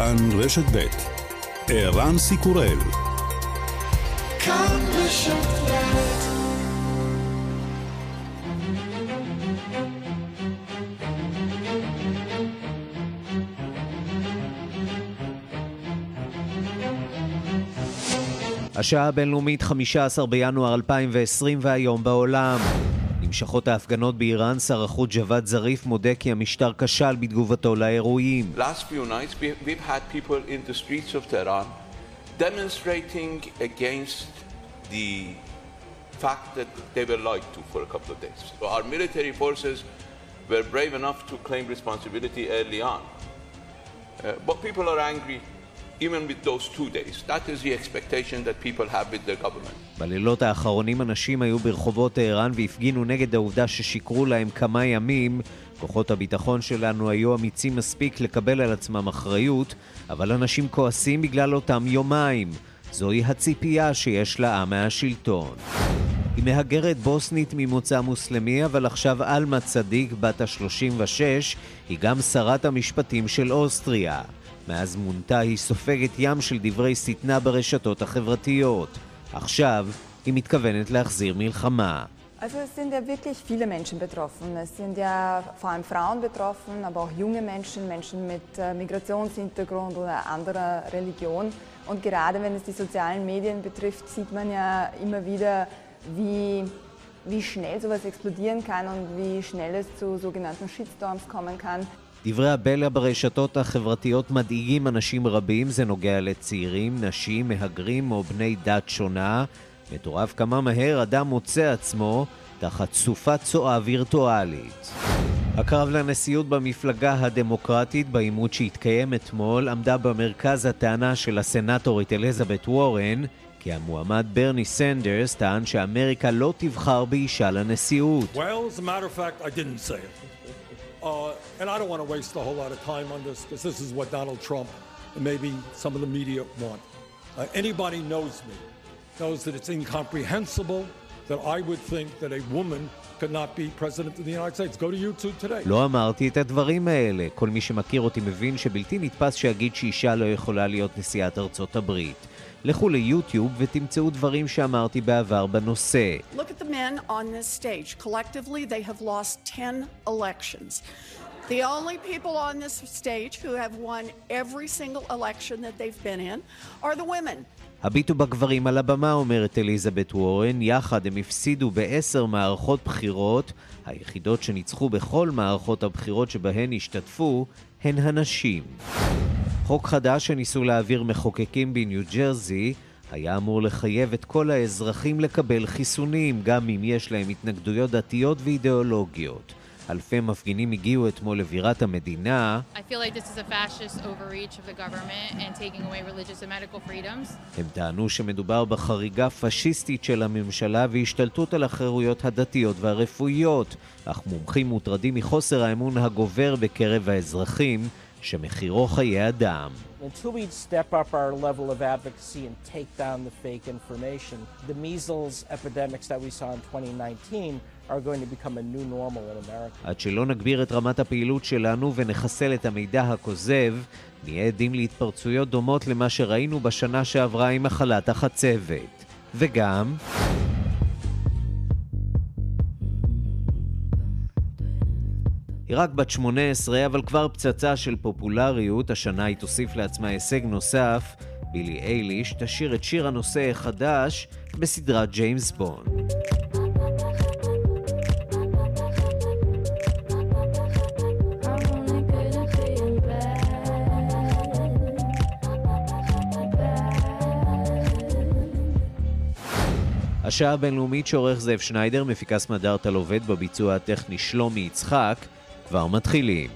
כאן רשת ב' ערן סיקורל. כאן רשת ב'. השעה הבינלאומית 15 בינואר 2020 והיום בעולם. נמשכות ההפגנות באיראן, שר החוץ ג'וואד זריף מודה כי המשטר כשל בתגובתו לאירועים. Last few nights we've had people in the streets of Tehran demonstrating against the fact that they were lied to for a couple of days. So our military forces were brave enough to claim responsibility early on. But people are angry even with those 2 days. That is the expectation that people have with their government. בלילות האחרונים אנשים היו ברחובות טהרן והפגינו נגד העובדה ששיקרו להם כמה ימים. כוחות הביטחון שלנו היו אמיצים מספיק לקבל על עצמם אחריות, אבל אנשים כועסים בגלל אותם יומיים. זוהי הציפייה שיש לעם מהשלטון. היא מהגרת בוסנית ממוצא מוסלמי, אבל עכשיו אלמה צדיק, בת ה-36, היא גם שרת המשפטים של אוסטריה. מאז מונתה היא סופגת ים של דברי סטנה ברשתות החברתיות. עכשיו היא מתכוונת להחזיר מלחמה. Also es sind ja wirklich viele Menschen betroffen. Es sind ja vor allem Frauen betroffen, aber auch junge Menschen, Menschen mit Migrationshintergrund oder anderer Religion. Und gerade wenn es die sozialen Medien betrifft, sieht man ja immer wieder, wie schnell sowas explodieren kann und wie schnell es zu sogenannten Shitstorms kommen kann. דברי הבלע ברשתות החברתיות מדאיגים אנשים רבים. זה נוגע לצעירים, נשים, מהגרים או בני דת שונה. מטורף כמה מהר אדם מוצא עצמו תחת סופת צועה וירטואלית. הקרב לנשיאות במפלגה הדמוקרטית בעימות שהתקיים אתמול עמדה במרכז הטענה של הסנטורית אליזבת וורן, כי המועמד ברני סנדרס טען שאמריקה לא תבחר באישה לנשיאות. Well, as a matter of fact, I didn't say it. And I don't want to waste a whole lot of time on this because this is what Donald Trump and maybe some of the media want. Anybody knows me knows that it's incomprehensible that I would think that a woman could not be president of the United States. Go to YouTube today. לא אמרתי את הדברים האלה. כל מי שמכיר אותי מבין שבלתי נתפס שיגיד שאישה לא יכולה להיות נשיאת ארצות הברית. לכו ליוטיוב ותמצאו דברים שאמרתי בעבר בנושא. Look at the men on this stage. Collectively, they have lost 10 elections. The only people on this stage who have won every single election that they've been in are the women. הביטו בגברים על הבמה, אומרת אליזבת וורן. יחד הם הפסידו ב10 מערכות בחירות. היחידות שניצחו בכל מערכות הבחירות שבהן השתתפו הן הנשים. חוק חדש שניסו להעביר מחוקקים בניו ג'רזי היה אמור לחייב את כל האזרחים לקבל חיסונים, גם אם יש להם התנגדויות דתיות ואידיאולוגיות. אלפי מפגינים הגיעו אתמול לבירת המדינה. I feel like this is a fascist overreach of the government and taking away religious and medical freedoms. הם טענו שמדובר בחריגה פשיסטית של הממשלה והשתלטות על החירויות הדתיות והרפואיות, אך מומחים מוטרדים מחוסר האמון הגובר בקרב האזרחים שמחירו חיי אדם. Until we step up our level of advocacy and take down the fake information, the measles epidemics that we saw in 2019 are going to become a new normal in America. עד שלא נגביר את רמת הפעילות שלנו ונחסל את המידע הכוזב, נהיה עדים להתפרצויות דומות למה שראינו בשנה שעברה עם מחלת החצבת. וגם היא רק בת 18, אבל כבר פצצה של פופולריות. השנה היא תוסיף לעצמה הישג נוסף. בילי אייליש תשיר את שיר הנושא החדש בסדרת ג'יימס בונד. השעה הבינלאומית שעורך זאב שניידר, מפיקס מדארטל עובד בביצוע הטכני שלומי יצחק. כבר מתחילים.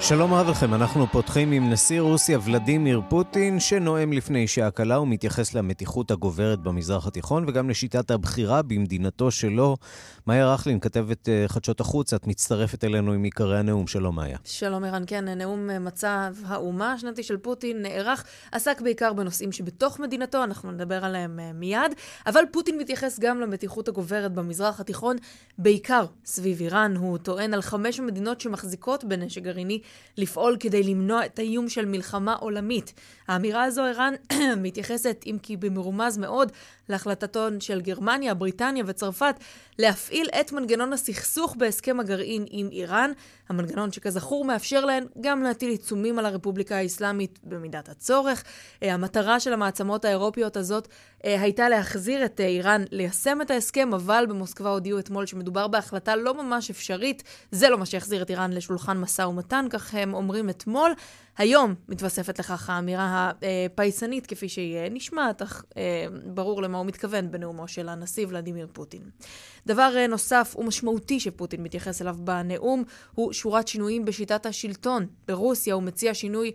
שלום רב לכם, אנחנו פותחים עם נשיא רוסיה ולדימיר פוטין שנואם לפני שעה קלה ומתייחס למתיחות הגוברת במזרח התיכון וגם לשיטת הבחירה במדינתו שלו. מאיה רכלין, כתבת חדשות החוץ, את מצטרפת אלינו עם עיקרי הנאום. שלום מאיה. שלום ערן, כן, נאום מצב האומה השנתי של פוטין נערך, עסק בעיקר בנושאים שבתוך מדינתו, אנחנו נדבר עליהם מיד, אבל פוטין מתייחס גם למתיחות הגוברת במזרח התיכון, בעיקר סביב איראן. הוא טוען על 5 מדינות שמחזיקות בנשק גרעיני לפעול כדי למנוע את האיום של מלחמה עולמית. האמירה הזו, איראן, מתייחסת, אם כי במרומז מאוד, להחלטתון של גרמניה, בריטניה וצרפת להפעיל את מנגנון הסכסוך בהסכם הגרעין עם איראן, המנגנון שכזכור מאפשר להן גם להטיל עיצומים על הרפובליקה האסלאמית במידת הצורך. המטרה של המעצמות האירופיות הזאת הייתה להחזיר את איראן ליישם את ההסכם, אבל במוסקבה הודיעו אתמול שמדובר בהחלטה לא ממש אפשרית. זה לא מה שיחזיר את איראן לשולחן משא ומתן, כך הם אומרים אתמול. היום מתווספת לכך האמירה הפייסנית כפי שהיא נשמעת, אך ברור למה הוא מתכוון בנאומו של הנשיא ולדימיר פוטין. דבר נוסף ומשמעותי שפוטין מתייחס אליו בנאום הוא שורת שינויים בשיטת השלטון. ברוסיה הוא מציע שינוי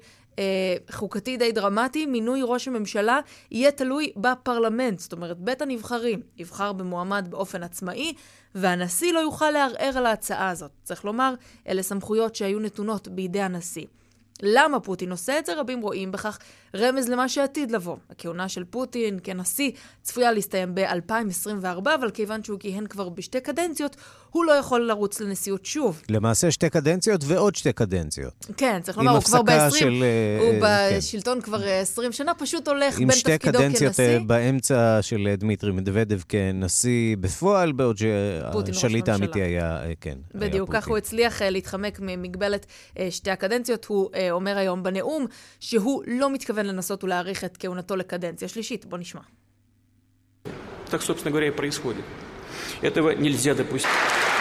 חוקתי די דרמטי. מינוי ראש הממשלה יהיה תלוי בפרלמנט, זאת אומרת בית הנבחרים יבחר במועמד באופן עצמאי והנשיא לא יוכל לערער על ההצעה הזאת. צריך לומר, אלה סמכויות שהיו נתונות בידי הנשיא. למה פוטין עושה את זה? רבים רואים בכך רמז למה שעתיד לבוא. הכהונה של פוטין כנשיא צפויה להסתיים ב-2024, אבל כיוון שהוא כיהן כבר בשתי קדנציות, הוא לא יכול לרוץ לנשיאות שוב. למעשה 2 קדנציות ועוד 2 קדנציות. כן, צריך לומר, הוא כבר ב-20, הוא בשלטון כבר 20 שנה, פשוט הולך בין תפקידו כנשיא. עם 2 קדנציות באמצע של דמיטרי מדוודב כנשיא בפועל, בעוד שהשליט האמיתי היה, כן. בדיוק, כך הוא הצליח להתחמק ממגבלת 2 הקדנציות. הוא אומר היום בנאום שהוא לא מתכוון לנסות ולהאריך את כהונתו לקדנציה שלישית. בוא נשמע. Так, собственно говоря, и происходит. Этого нельзя допустить.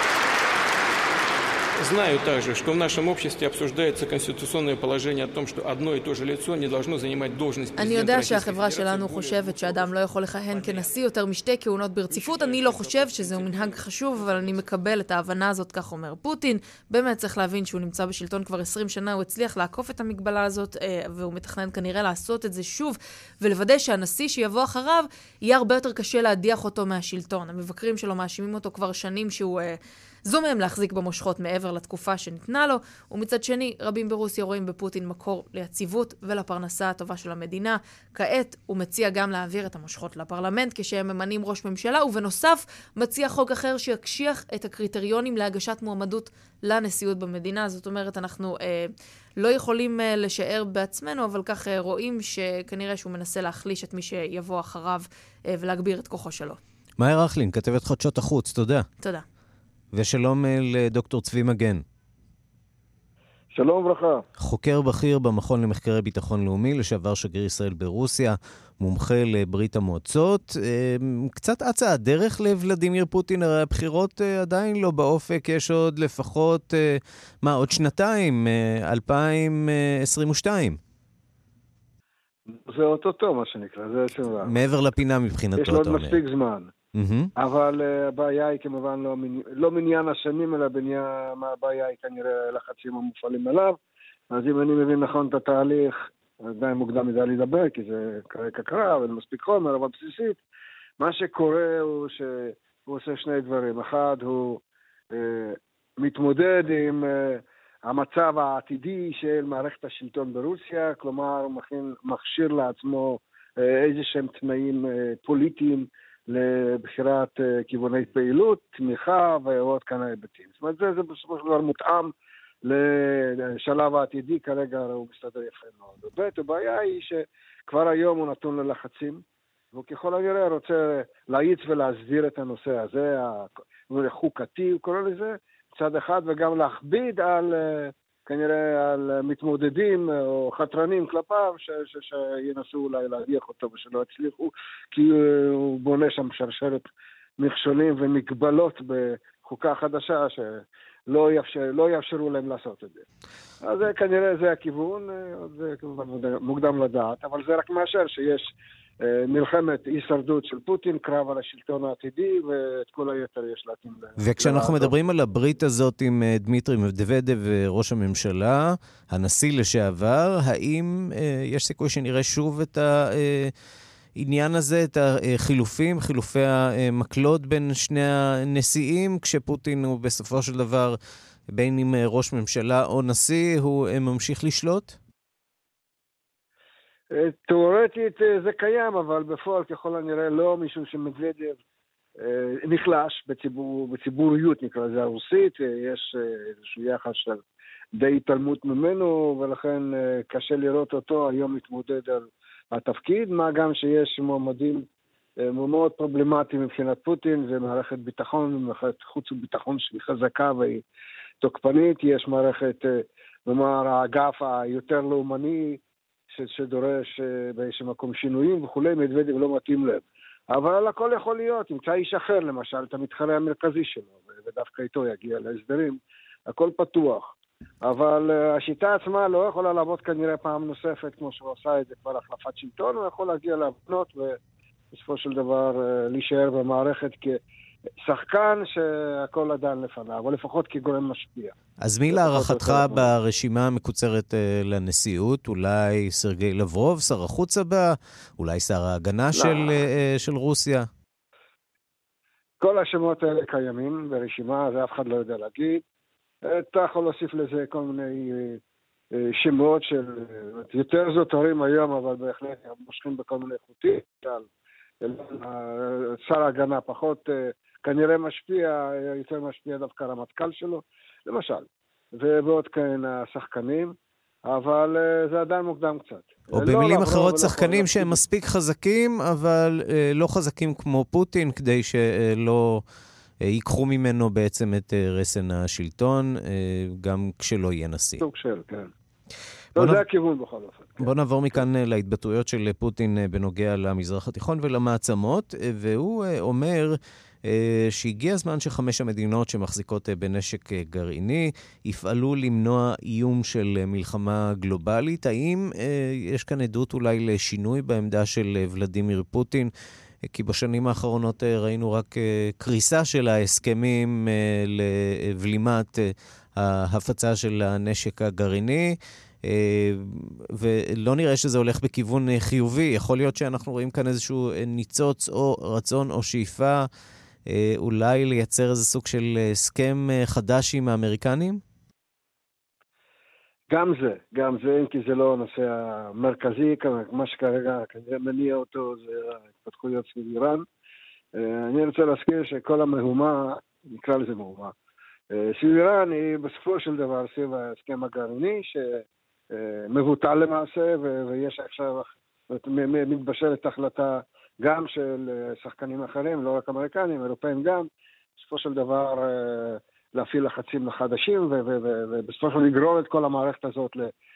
Знаю также, что в нашем обществе обсуждается конституционное положение о том, что одно и то же лицо не должно занимать должность президента. אני יודע שהחברה שלנו חושבת שאדם לא יכול לכהן כנשיא יותר משתי כהונות ברציפות. אני לא חושב שזהו מנהג חשוב, אבל אני מקבל את ההבנה הזאת, כך אומר פוטין. באמת צריך להבין שהוא נמצא בשלטון כבר 20 שנה, הוא הצליח לעקוף את המגבלה הזאת, והוא מתכנן כנראה לעשות את זה שוב, ולוודא שהנשיא שיבוא אחריו יהיה הרבה יותר קשה להדיח אותו מהשלטון. המבקרים שלו מאשימים אותו כבר שנים שהוא זומם להחזיק במושכות מעבר לתקופה שניתנה לו, ומצד שני, רבים ברוסיה רואים בפוטין מקור ליציבות ולפרנסה הטובה של המדינה. כעת הוא מציע גם להעביר את המושכות לפרלמנט כשהם ממנים ראש ממשלה, ובנוסף מציע חוק אחר שיקשיח את הקריטריונים להגשת מועמדות לנשיאות במדינה. זאת אומרת, אנחנו לא יכולים לשער בעצמנו, אבל כך רואים שכנראה שהוא מנסה להחליש את מי שיבוא אחריו ולהגביר את כוחו שלו. מאיה רכלין, כתבת חדשות החוץ, תודה. תודה. ושלום לדוקטור צבי מגן. שלום וברכה. חוקר בכיר במכון למחקרי ביטחון לאומי, לשעבר שגריר ישראל ברוסיה, מומחה לברית המועצות. קצת אצה הדרך לוולדימיר פוטין, הרי הבחירות עדיין לא באופק, יש עוד לפחות, עוד 2, 2022. זה אותו מה שנקרא, זה שמה. מעבר לפינה מבחינתו, יש לו עוד מספיק זמן. אבל הבעיה היא כמובן לא מניין השנים, אלא הבעיה היא כנראה לחצים המופעלים עליו. אז אם אני מבין נכון את התהליך, עדיין מוקדם מדי לדבר, כי זה כרגע קרה, ואין מספיק חומר, אבל בסיסית, מה שקורה הוא שהוא עושה 2 דברים. אחד, הוא מתמודד עם המצב העתידי של מערכת השלטון ברוסיה, כלומר, הוא מכשיר לעצמו איזה שהם תנאים פוליטיים, לבחירת כיווני פעילות, תמיכה ועוד כאן היבטים. זאת אומרת, זה בסופו של דבר מותאם לשלב העתידי, כרגע הוא מסתדר יפה מאוד. ובית, הבעיה היא שכבר היום הוא נתון ללחצים, והוא ככל הנראה רוצה להאיץ ולהסדיר את הנושא הזה, החוקתי, הוא קורא לזה, מצד אחד, וגם להכביד על כנראה על מתמודדים או חתרנים כלפיו שינסו אולי להדיח אותו ושלא הצליחו, כי הוא בונה שם שרשרת מכשולים ומגבלות בחוקה חדשה שלא יאפשרו להם לעשות את זה. אז כנראה זה הכיוון, זה כמובן מוקדם לדעת, אבל זה רק מאשר שיש מלחמת הישרדות של פוטין, קרב על השלטון העתידי, ואת כל היתר יש להתאים. וכשאנחנו מדברים על הברית הזאת עם דמיטרי מדוודב וראש הממשלה, הנשיא לשעבר, האם יש סיכוי שנראה שוב את העניין הזה, את החילופים, חילופי המקלות בין שני הנשיאים, כשפוטין הוא בסופו של דבר, בין אם ראש ממשלה או נשיא, הוא ממשיך לשלוט? תיאורטית זה קיים, אבל בפועל ככל הנראה לא, משום שמדוודב נחלש בציבוריות, נקרא זה הרוסית, יש איזשהו יחס של די התעלמות ממנו, ולכן קשה לראות אותו היום מתמודד על התפקיד, מה גם שיש מועמדים מאוד פרובלמטיים מבחינת פוטין, זה מערכת ביטחון, מערכת חוץ וביטחון שהיא חזקה והיא תוקפנית, יש מערכת, נאמר, האגף היותר לאומני, שדורש באיזשהו מקום שינויים וכולי, מדוודב לא מתאים לב. אבל הכל יכול להיות, ימצא איש אחר למשל, את המתחרה המרכזי שלו, ודווקא איתו יגיע להסדרים, הכל פתוח. אבל השיטה עצמה לא יכולה לעבוד כנראה פעם נוספת, כמו שהוא עשה את זה כבר החלפת שלטון, הוא יכול להגיע להבנות ובסופו של דבר להישאר במערכת שחקן שהכל עדיין לפניו, אבל לפחות כגורם משפיע. אז מי להערכתך ברשימה המקוצרת לנשיאות? אולי סרגי לברוב, שר החוץ הבא? אולי שר ההגנה של רוסיה? כל השמות האלה קיימים ברשימה, זה אף אחד לא יודע להגיד. אתה יכול להוסיף לזה כל מיני שמות של יותר זוטרים היום, אבל בהחלט מושכים בכל מיני חוטים. שר ההגנה פחות כנראה משפיע, יותר משפיע דווקא הרמטכ"ל שלו, למשל, ובעוד כאלה השחקנים, אבל זה עדיין מוקדם קצת. או במילים אחרות שחקנים שהם מספיק חזקים, אבל לא חזקים כמו פוטין, כדי שלא ייקחו ממנו בעצם את רסן השלטון, גם כשלא יהיה נשיא. סוג של, כן. זה הכיוון בכל אופן. בוא נעבור מכאן להתבטאויות של פוטין בנוגע למזרח התיכון ולמעצמות, והוא אומר שהגיע הזמן שחמש המדינות שמחזיקות בנשק גרעיני יפעלו למנוע איום של מלחמה גלובלית. האם יש כאן עדות אולי לשינוי בעמדה של ולדימיר פוטין? כי בשנים האחרונות ראינו רק קריסה של ההסכמים לבלימת ההפצה של הנשק הגרעיני, ולא נראה שזה הולך בכיוון חיובי. יכול להיות שאנחנו רואים כאן איזשהו ניצוץ או רצון או שאיפה אולי לייצר איזה סוג של הסכם חדש עם האמריקנים? גם זה, כי זה לא הנושא המרכזי, מה שכרגע כנראה מניע אותו זה ההתפתחויות סביב איראן. אני רוצה להזכיר שכל המהומה, נקרא לזה מהומה, סביב איראן היא בסופו של דבר סביב ההסכם הגרעיני, שמבוטל למעשה, ויש עכשיו, מתבשלת החלטה גם של שחקנים אחרים, לא רק אמריקנים, אירופאים גם, בסופו של דבר להפעיל לחצים חדשים, ובסופו של דבר לגרור את כל המערכת הזאת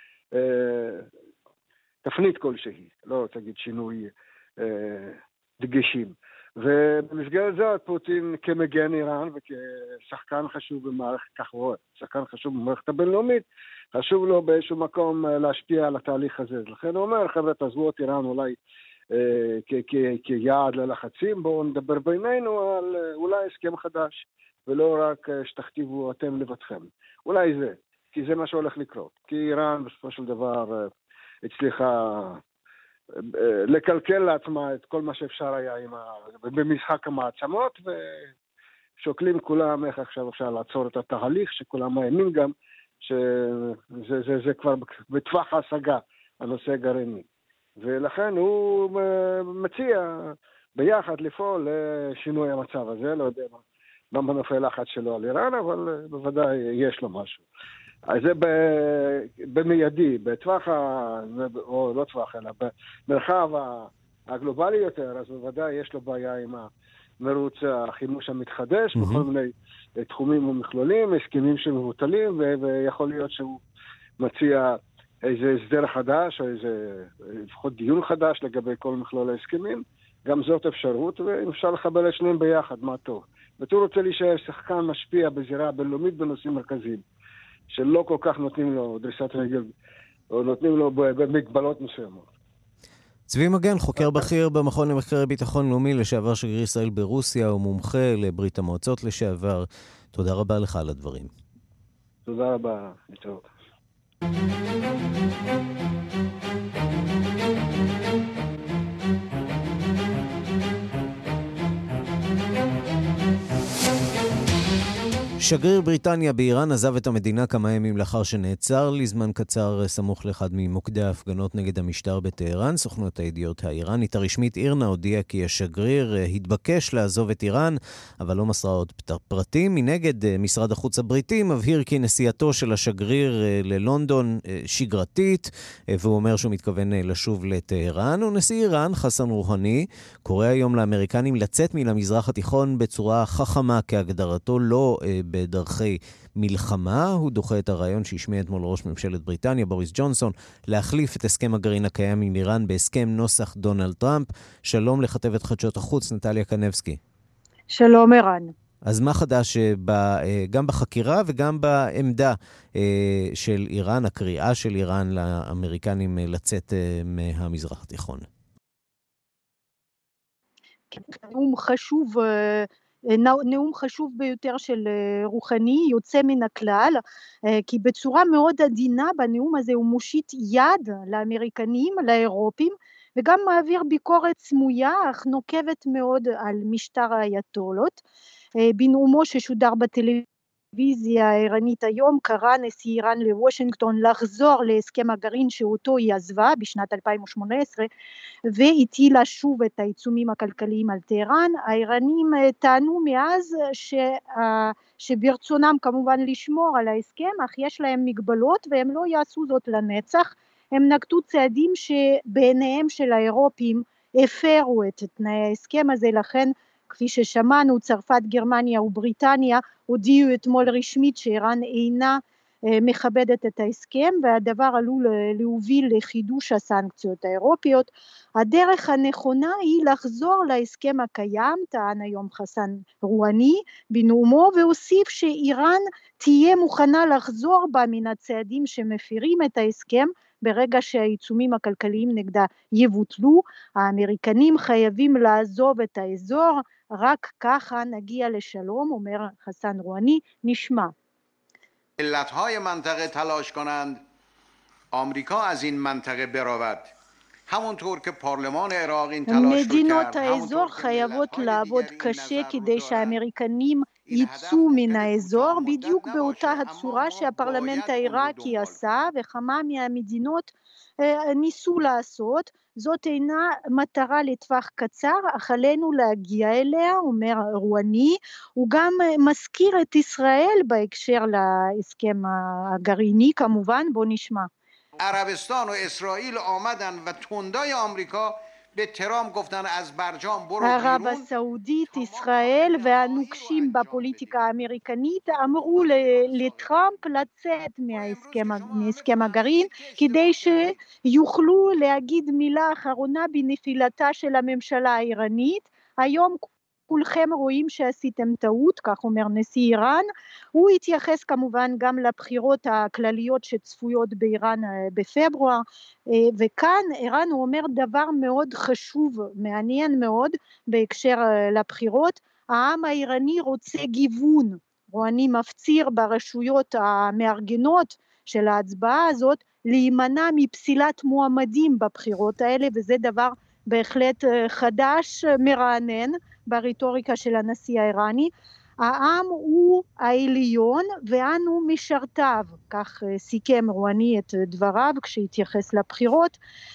לתפנית כלשהי, לא תגיד שינוי דגשים. ובמסגרת זאת פוטין כמגן איראן וכשחקן חשוב במערכת, כך רואה, שחקן חשוב במערכת הבינלאומית, חשוב לו באיזשהו מקום להשפיע על התהליך הזה. לכן הוא אומר, חבר'ה, תעזבו את איראן אולי כיעד ללחצים, בואו נדבר בינינו על אולי הסכם חדש, ולא רק שתכתיבו אתם לבדכם. אולי זה, כי זה מה שהולך לקרות. כי איראן בסופו של דבר הצליחה לקלקל לעצמה את כל מה שאפשר היה במשחק המעצמות, ושוקלים כולם איך עכשיו אפשר לעצור את התהליך, שכולם מאמינים גם שזה כבר בטווח ההשגה, הנושא הגרעיני. ולכן הוא מציע ביחד לפעול לשינוי המצב הזה, לא יודע מה מנופי לחץ שלו על איראן, אבל בוודאי יש לו משהו. אז זה במיידי, בטווח, או לא טווח, אלא במרחב הגלובלי יותר, אז בוודאי יש לו בעיה עם מרוץ החימוש המתחדש, בכל מיני תחומים ומכלולים, הסכמים שמבוטלים, ויכול להיות שהוא מציע איזה הסדר חדש, או איזה לפחות דיון חדש לגבי כל מכלול ההסכמים. גם זאת אפשרות, ואפשר לחבר את שניהם ביחד, מה טוב. והוא רוצה להישאר שחקן משפיע בזירה הבינלאומית בנושאים מרכזיים, שלא כל כך נותנים לו דריסת רגל, או נותנים לו במגבלות מסוימות. צבי מגן, חוקר בכיר במכון למחקרי ביטחון לאומי, לשעבר שגריר ישראל ברוסיה ומומחה לברית המועצות לשעבר. תודה רבה לך על הדברים. תודה רבה. טוב. שגריר בריטניה באיראן עזב את המדינה כמה ימים לאחר שנעצר לזמן קצר סמוך לאחד ממוקדי ההפגנות נגד המשטר בטהרן. סוכנות הידיעות האיראנית הרשמית אירנה הודיעה כי השגריר התבקש לעזוב את איראן, אבל לא מסרה עוד פרטים. מנגד, משרד החוץ הבריטי מבהיר כי נסיעתו של השגריר ללונדון שגרתית, והוא אומר שהוא מתכוון לשוב לטהרן. ונשיא איראן, חסן רוהני, קורא היום לאמריקנים לצאת מן המזרח התיכון בצורה חכמה כהגדרתו, לא בדרכי מלחמה. הוא דוחה את הרעיון שהשמיע אתמול ראש ממשלת בריטניה, בוריס ג'ונסון, להחליף את הסכם הגרעין הקיים עם איראן בהסכם נוסח דונלד טראמפ. שלום לכתבת חדשות החוץ, נטליה קנבסקי. שלום ערן. אז מה חדש גם בחקירה וגם בעמדה של איראן, הקריאה של איראן לאמריקנים לצאת מהמזרח התיכון? נאום חשוב ביותר של רוהני, יוצא מן הכלל, כי בצורה מאוד עדינה בנאום הזה הוא מושיט יד לאמריקנים, לאירופים, וגם מעביר ביקורת סמויה אך נוקבת מאוד על משטר האייתולות. בנאומו ששודר בטלוויזיה האיראנית היום קרא נשיא איראן לוושינגטון לחזור להסכם הגרעין שאותו היא עזבה בשנת 2018 והטילה שוב את העיצומים הכלכליים על טהרן. האיראנים טענו מאז שברצונם כמובן לשמור על ההסכם, אך יש להם מגבלות והם לא יעשו זאת לנצח. הם נקטו צעדים שבעיניהם של האירופים הפרו את תנאי ההסכם הזה, לכן כפי ששמענו, צרפת, גרמניה ובריטניה הודיעו אתמול רשמית שאיראן אינה מכבדת את ההסכם, והדבר עלול להוביל לחידוש הסנקציות האירופיות. הדרך הנכונה היא לחזור להסכם הקיים, טען היום חסן רוהני בנאומו, והוסיף שאיראן תהיה מוכנה לחזור בה מן הצעדים שמפירים את ההסכם, ברגע שהעיצומים הכלכליים נגדה יבוטלו. האמריקנים חייבים לעזוב את האזור, רק ככה נגיע לשלום, אומר חסן רוהני. נשמע. ملت‌های منطقه تلاش کنند آمریکا از این منطقه برود. همونطور که پارلمان عراق این تلاش رو מדינות האזור חייבות לעבוד קשה כדי שהאמריקנים יצאו מן האזור, בדיוק באותה הצורה שהפרלמנט העיראקי עשה וכמה מהמדינות ניסו לעשות. זאת אינה מטרה לטווח קצר, אך עלינו להגיע אליה, אומר רוהני. הוא גם מזכיר את ישראל בהקשר להסכם הגרעיני, כמובן. בוא נשמע. عربستان و اسرائیل آمدن و تندای آمریکا به ترامپ گفتن از برجام برو بیرون. ערב הסעודית, ישראל והנוקשים בפוליטיקה האמריקנית אמרו לטראמפ לצאת מהסכם הגרעין, כדי שיוכלו להגיד מילה אחרונה בנפילתה של הממשלה האיראנית. היום כולכם רואים שעשיתם טעות, כך אומר נשיא איראן. הוא התייחס כמובן גם לבחירות הכלליות שצפויות באיראן בפברואר, וכאן איראן הוא אומר דבר מאוד חשוב, מעניין מאוד בהקשר לבחירות. העם האיראני רוצה גיוון. רוהני מפציר ברשויות המארגנות של ההצבעה הזאת להימנע מפסילת מועמדים בבחירות האלה, וזה דבר בהחלט חדש, מרענן בריטוריקה של הנשיא האיראני. העם הוא העליון ואנו משרתיו, כך סיכם רוהני את דבריו כשהתייחס לבחירות.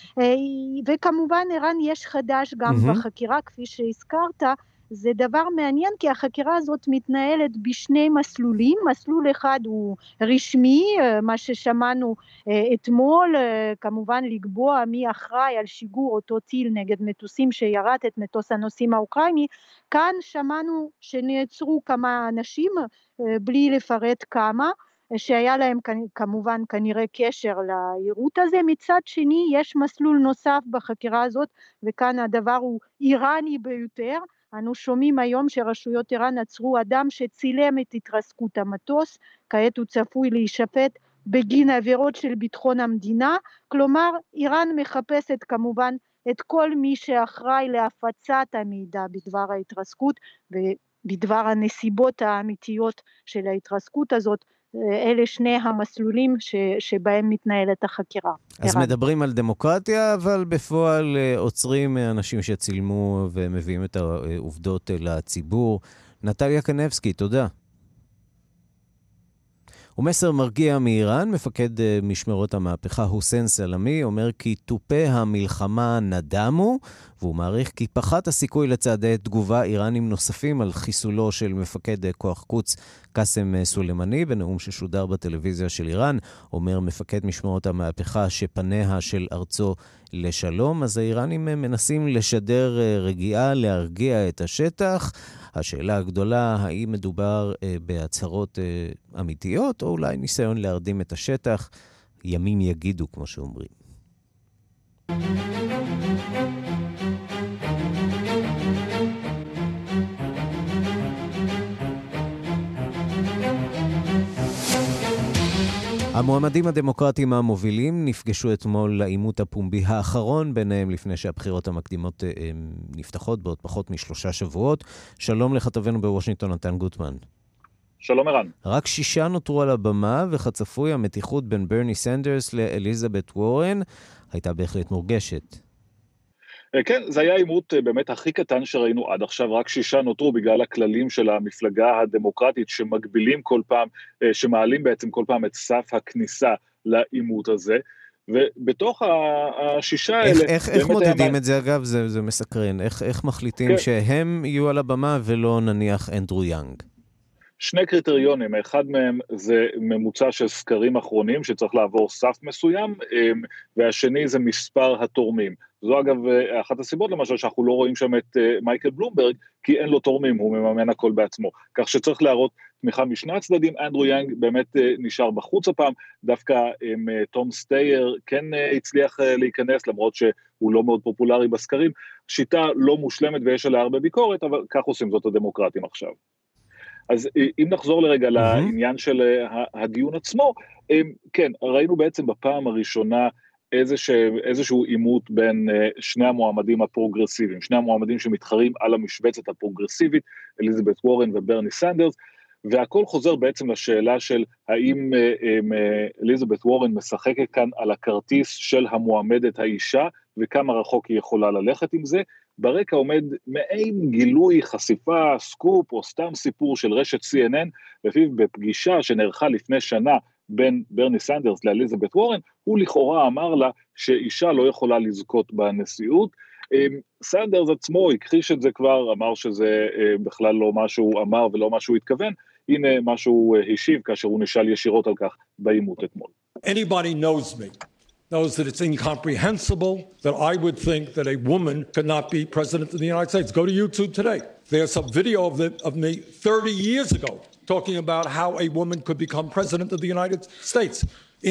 וכמובן איראן יש חדש גם בחקירה, כפי שהזכרת. זה דבר מעניין כי החקירה הזאת מתנהלת בשני מסלולים. מסלול אחד הוא רשמי, מה ששמענו אתמול, כמובן לקבוע מי אחראי על שיגור אותו טיל נגד מטוסים שירת את מטוס הנוסעים האוקראיני. כאן שמענו שנעצרו כמה אנשים, בלי לפרט כמה, שהיה להם כמובן כנראה קשר לאירות הזה. מצד שני יש מסלול נוסף בחקירה הזאת, וכאן הדבר הוא איראני ביותר. אנו שומעים היום שרשויות איראן עצרו אדם שצילם את התרסקות המטוס, כעת הוא צפוי להישפט בגין עבירות של ביטחון המדינה. כלומר איראן מחפשת כמובן את כל מי שאחראי להפצת המידע בדבר ההתרסקות ובדבר הנסיבות האמיתיות של ההתרסקות הזאת. אלה שני המסלולים שבהם מתנהלת החקירה. אז מדברים על דמוקרטיה, אבל בפועל עוצרים אנשים שצילמו ומביאים את העובדות לציבור. נטליה קנבסקי, תודה. ומסר מרגיע מאיראן, מפקד משמרות המהפכה חוסיין סלמי, אומר כי טופי המלחמה נדמו, והוא מעריך כי פחת הסיכוי לצעדי תגובה איראנים נוספים על חיסולו של מפקד כוח קוץ קאסם סולימני. בנאום ששודר בטלוויזיה של איראן, אומר מפקד משמרות המהפכה שפניה של ארצו לשלום. אז האיראנים מנסים לשדר רגיעה, להרגיע את השטח. השאלה הגדולה, האם מדובר בהצהרות אמיתיות, או אולי ניסיון להרדים את השטח, ימים יגידו, כמו שאומרים. המועמדים הדמוקרטיים המובילים נפגשו אתמול לעימות הפומבי האחרון ביניהם לפני שהבחירות המקדימות נפתחות בעוד פחות מ3 שבועות. שלום לכתבנו בוושינגטון נתן גוטמן. שלום ערן. רק 6 נותרו על הבמה וכצפוי המתיחות בין ברני סנדרס לאליזבת וורן הייתה בהחלט מורגשת. כן, זה היה עימות באמת הכי קטן שראינו עד עכשיו, רק 6 נותרו בגלל הכללים של המפלגה הדמוקרטית שמגבילים כל פעם, שמעלים בעצם כל פעם את סף הכניסה לעימות הזה, ובתוך ה6 האלה... איך מודדים את זה אגב? זה מסקרן. איך מחליטים שהם יהיו על הבמה ולא נניח אנדרו יאנג? 2 קריטריונים, אחד מהם זה ממוצע של סקרים אחרונים שצריך לעבור סף מסוים, והשני זה מספר התורמים. זו אגב אחת הסיבות למשל שאנחנו לא רואים שם את מייקל בלומברג, כי אין לו תורמים, הוא מממן הכל בעצמו. כך שצריך להראות תמיכה משני הצדדים. אנדרו יאנג באמת נשאר בחוץ הפעם, דווקא תום סטייר כן הצליח להיכנס, למרות שהוא לא מאוד פופולרי בסקרים. שיטה לא מושלמת ויש עליה הרבה ביקורת, אבל כך עושים זאת הדמוקרטים עכשיו. אז אם נחזור לרגע לעניין של הדיון עצמו, כן, ראינו בעצם בפעם הראשונה איזשהו עימות בין שני המועמדים הפרוגרסיביים, שני המועמדים שמתחרים על המשבצת הפרוגרסיבית, אליזבת וורן וברני סנדרס, והכל חוזר בעצם לשאלה של האם אליזבת וורן משחקת כאן על הכרטיס של המועמדת האישה, וכמה רחוק היא יכולה ללכת עם זה. ברקע עומד מעין גילוי, חשיפה, סקופ או סתם סיפור של רשת CNN, לפיו בפגישה שנערכה לפני שנה בין ברני סנדרס לאליזבת וורן, הוא לכאורה אמר לה שאישה לא יכולה לזכות בנשיאות. סנדרס עצמו הכחיש את זה כבר, אמר שזה בכלל לא מה שהוא אמר ולא מה שהוא התכוון. הנה מה שהוא השיב כאשר הוא נשאל ישירות על כך בעימות אתמול. Anybody knows that it's incomprehensible that I would think that a woman could not be president of the United States. Go to YouTube today. There's a video of me 30 years ago talking about how a woman could become president of the United States. In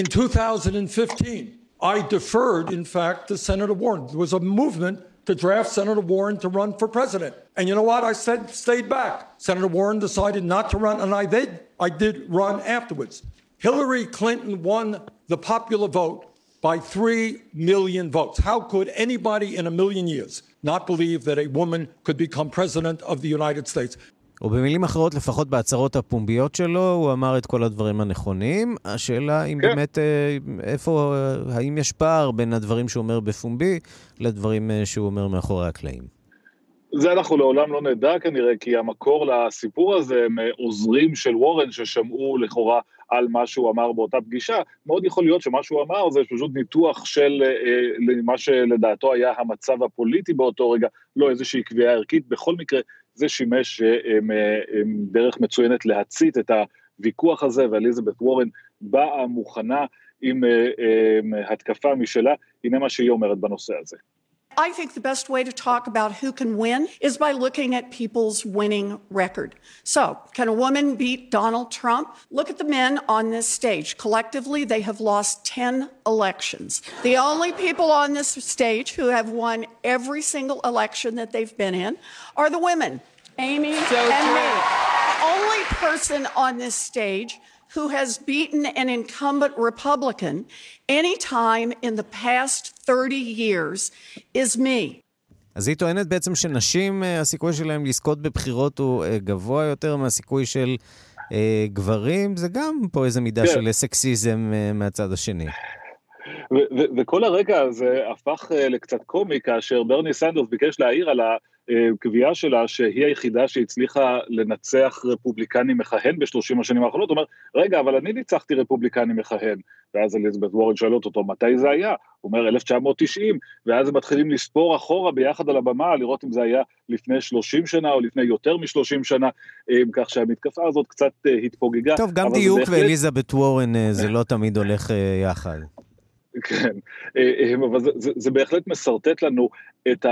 2015, I deferred, in fact, to Senator Warren. There was a movement to draft Senator Warren to run for president. And you know what? I stayed back. Senator Warren decided not to run, and I did run afterwards. Hillary Clinton won the popular vote by 3 million votes. How could anybody in a million years not believe that a woman could become president of the United States? ובמילים אחרות, לפחות בהצהרות הפומביות שלו, הוא אמר את כל הדברים הנכונים. השאלה אם באמת, האם יש פער בין הדברים שהוא אומר בפומבי, לדברים שהוא אומר מאחורי הקלעים? זה אנחנו לעולם לא נדע כנראה, כי המקור לסיפור הזה הם עוזרים של וורן ששמעו לכאורה על מה שהוא אמר באותה פגישה. מאוד יכול להיות שמה שהוא אמר זה פשוט ניתוח של מה שלדעתו היה המצב הפוליטי באותו רגע, לא איזושהי קביעה ערכית. בכל מקרה זה שימש דרך מצוינת להצית את הוויכוח הזה, ואליזבת וורן באה מוכנה עם התקפה משלה. הנה מה שהיא אומרת בנושא הזה. I think the best way to talk about who can win is by looking at people's winning record. So, can a woman beat Donald Trump? Look at the men on this stage. Collectively, they have lost 10 elections. The only people on this stage who have won every single election that they've been in are the women, Amy and me. The only person on this stage who has beaten an incumbent Republican any time in the past 30 years is me. אז היא טוענת בעצם שנשים, הסיכוי שלהם לזכות בבחירות הוא גבוה יותר מהסיכוי של גברים, זה גם פה איזו מידה של סקסיזם מהצד השני. וכל הרגע הזה הפך לקצת קומי, כאשר ברני סנדרס ביקש להעיר על הקביעה שלה שהיא היחידה שהצליחה לנצח רפובליקני מכהן ב-30 השנים האחרונות. הוא אומר, רגע, אבל אני ניצחתי רפובליקני מכהן. ואז אליזבת וורן שואלת אותו, מתי זה היה? הוא אומר, 1990, ואז הם מתחילים לספור אחורה ביחד על הבמה, לראות אם זה היה לפני 30 שנה או לפני יותר מ-30 שנה, כך שהמתקפה הזאת קצת התפוגגה. טוב, גם דיוק ואליזבת וורן זה לא תמיד הולך יחד. כן, אבל זה בהחלט מסרטט לנו את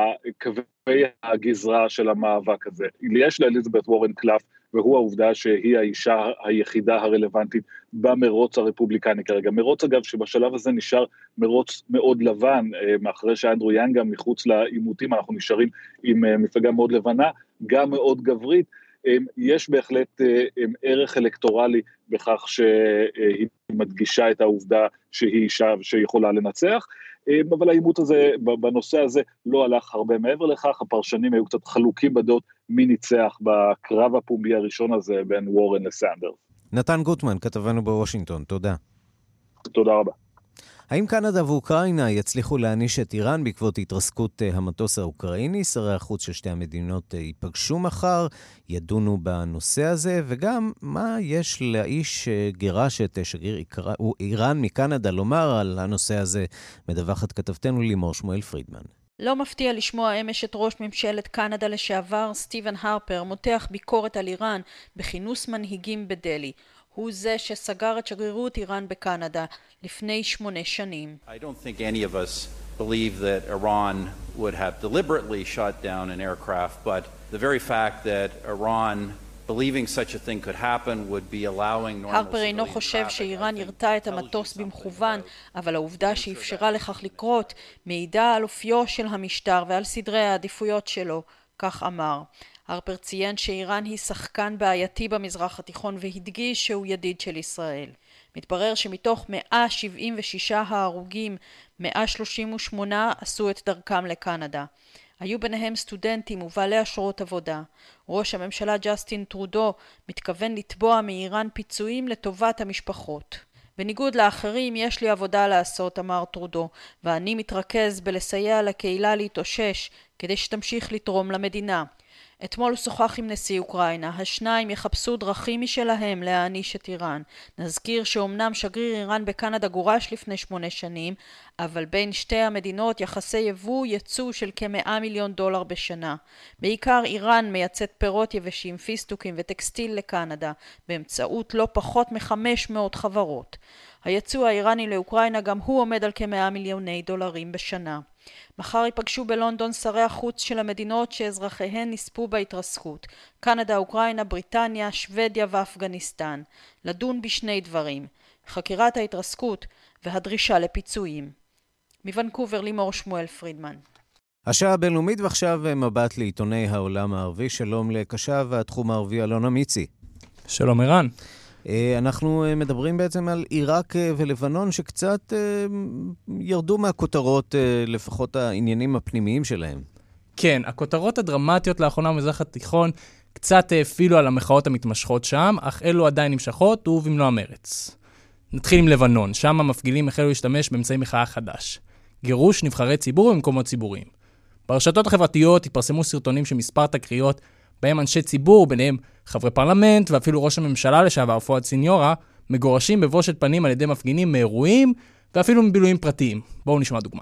קווי הגזרה של המאבק הזה. יש לאליזבת וורן קלף, והוא העובדה שהיא האישה היחידה הרלוונטית במרוץ הרפובליקני כרגע. מרוץ אגב שבשלב הזה נשאר מרוץ מאוד לבן, מאחרי שאנדרו יאנג גם מחוץ לעימותים, אנחנו נשארים עם מפלגה מאוד לבנה, גם מאוד גברית. יש בהחלט ערך אלקטורלי בכך שהיא מדגישה את העובדה שהיא אישה שיכולה לנצח, אבל העימות הזה, בנושא הזה לא הלך הרבה מעבר לכך, הפרשנים היו קצת חלוקים בדעות מי ניצח בקרב הפומבי הראשון הזה בין וורן לסנדרס. נתן גוטמן, כתבנו בוושינגטון, תודה. תודה רבה. האם קנדה ואוקראינה יצליחו להעניש את איראן בעקבות התרסקות המטוס האוקראיני? שרי החוץ של שתי המדינות ייפגשו מחר, ידונו בנושא הזה, וגם מה יש לאיש גירש את שגריר איראן מקנדה לומר על הנושא הזה, מדווחת כתבתנו לימור שמואל פרידמן. לא מפתיע לשמוע אמש את ראש ממשלת קנדה לשעבר, סטיבן הרפר, מותח ביקורת על איראן בכינוס מנהיגים בדלי. הוא זה שסגר את שגרירות איראן בקנדה לפני 8 שנים. I don't think any of us believe that Iran would have deliberately shot down an aircraft, but the very fact that Iran believing such a thing could happen would be allowing normal הרפר אינו חושב שאיראן ירתה את המטוס במכוון, אבל העובדה שאפשרה לכך לקרות מעידה על אופיו של המשטר ועל סדרי העדיפויות שלו, כך אמר. הרפר ציין שאיראן היא שחקן בעייתי במזרח התיכון והדגיש שהוא ידיד של ישראל. מתברר שמתוך 176 ההרוגים, 138 עשו את דרכם לקנדה. היו ביניהם סטודנטים ובעלי אשרות עבודה. ראש הממשלה ג'סטין טרודו מתכוון לתבוע מאיראן פיצויים לטובת המשפחות. בניגוד לאחרים יש לי עבודה לעשות, אמר טרודו, ואני מתרכז בלסייע לקהילה להתאושש כדי שתמשיך לתרום למדינה. אתמול הוא שוחח עם נשיא אוקראינה, השניים יחפשו דרכים משלהם להעניש את איראן. נזכיר שאומנם שגריר איראן בקנדה גורש לפני 8 שנים, אבל בין שתי המדינות יחסי יבוא יצוא של כ$100 מיליון בשנה. בעיקר איראן מייצאת פירות יבשים, פיסטוקים וטקסטיל לקנדה, באמצעות לא פחות מ$500 חברות. היצוא האיראני לאוקראינה גם הוא עומד על כ$100 מיליון בשנה. מחר ייפגשו בלונדון שרי החוץ של המדינות שאזרחיהן נספו בהתרסקות, קנדה, אוקראינה, בריטניה, שוודיה ואפגניסטן, לדון בשני דברים, חקירת ההתרסקות והדרישה לפיצויים. מוונקובר, לימור שמואל פרידמן. השעה הבינלאומית, ועכשיו מבט לעיתוני העולם הערבי. שלום לקשב והתחום הערבי אלון אמיצי. שלום ערן. אנחנו מדברים בעצם על עיראק ולבנון שקצת ירדו מהכותרות, לפחות העניינים הפנימיים שלהם. כן, הכותרות הדרמטיות לאחרונה במזרח התיכון קצת הפעילו על המחאות המתמשכות שם, אך אלו עדיין נמשכות ובמלוא המרץ. נתחיל עם לבנון, שם המפגינים החלו להשתמש באמצעי מחאה חדש. גירוש נבחרי ציבור במקומות ציבוריים. ברשתות החברתיות התפרסמו סרטונים של מספר תקריות, בהם אנשי ציבור, ביניהם חברי פרלמנט ואפילו ראש הממשלה לשעבר פואד סניורה, מגורשים בבושת פנים על ידי מפגינים מאירועים ואפילו מבילויים פרטיים. בואו נשמע דוגמה.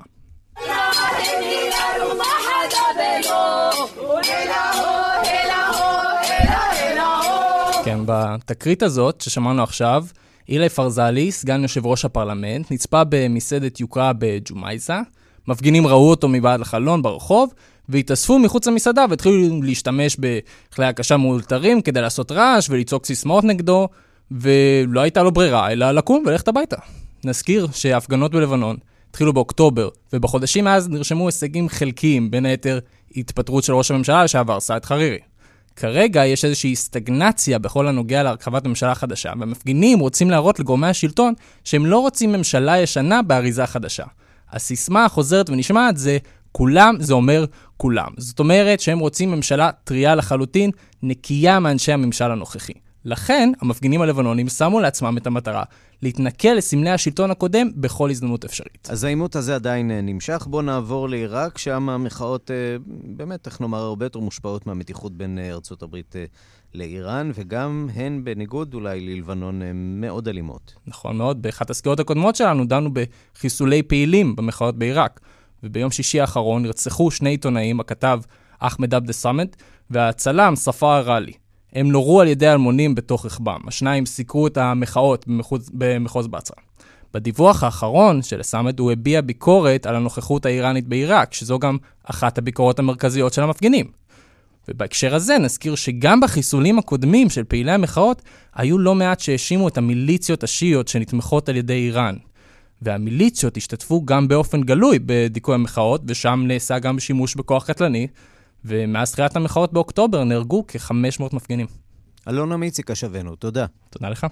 כן, בתקרית הזאת ששמענו עכשיו, אילי פרזלי, סגן יושב ראש הפרלמנט, נצפה במסעדת יוקרה בג'ומייזה. מפגינים ראו אותו מבעד לחלון ברחוב, והתאספו מחוץ למסעדה והתחילו להשתמש בכלי הקשה מאולתרים כדי לעשות רעש ולצעוק סיסמאות נגדו, ולא הייתה לו ברירה אלא לקום וללכת הביתה. נזכיר שההפגנות בלבנון התחילו באוקטובר, ובחודשים מאז נרשמו הישגים חלקיים, בין היתר התפטרות של ראש הממשלה לשעבר סעד חרירי. כרגע יש איזושהי סטגנציה בכל הנוגע להרכבת ממשלה חדשה, והמפגינים רוצים להראות לגורמי השלטון שהם לא רוצים ממשלה ישנה באריזה חדשה. הסיסמה החוזרת ונשמעת זה כולם, זה אומר כולם. זאת אומרת שהם רוצים ממשלה טריה לחלוטין, נקייה מאנשי הממשל הנוכחי. לכן, המפגינים הלבנונים שמו לעצמם את המטרה להתנכל לסמלי השלטון הקודם בכל הזדמנות אפשרית. אז העימות הזה עדיין נמשך. בוא נעבור לעיראק, שם המחאות באמת, איך נאמר, הרבה יותר מושפעות מהמתיחות בין ארצות הברית לאיראן, וגם הן בניגוד אולי ללבנון מאוד אלימות. נכון מאוד. באחת הסקירות הקודמות שלנו דנו בחיסולי פעילים במחאות בעיראק, וביום שישי האחרון נרצחו שני עיתונאים, הכתב אחמד עבד סמד והצלם ספאר ראלי. הם נורו על ידי אלמונים בתוך רכבם. השניים סיקרו את המחאות במחוז בצרה. בדיווח האחרון של סמד הוא הביע ביקורת על הנוכחות האיראנית בעיראק, שזו גם אחת הביקורות המרכזיות של המפגינים. ובהקשר הזה נזכיר שגם בחיסולים הקודמים של פעילי המחאות, היו לא מעט שהאשימו את המיליציות השיעיות שנתמכות על ידי איראן. והמיליציות השתתפו גם באופן גלוי בדיכוי המחאות, ושם נעשה גם שימוש בכוח קטלני, ומאז תחילת המחאות באוקטובר נהרגו כ-500 מפגינים. אלונה מיציק השוונו, תודה. תודה לך.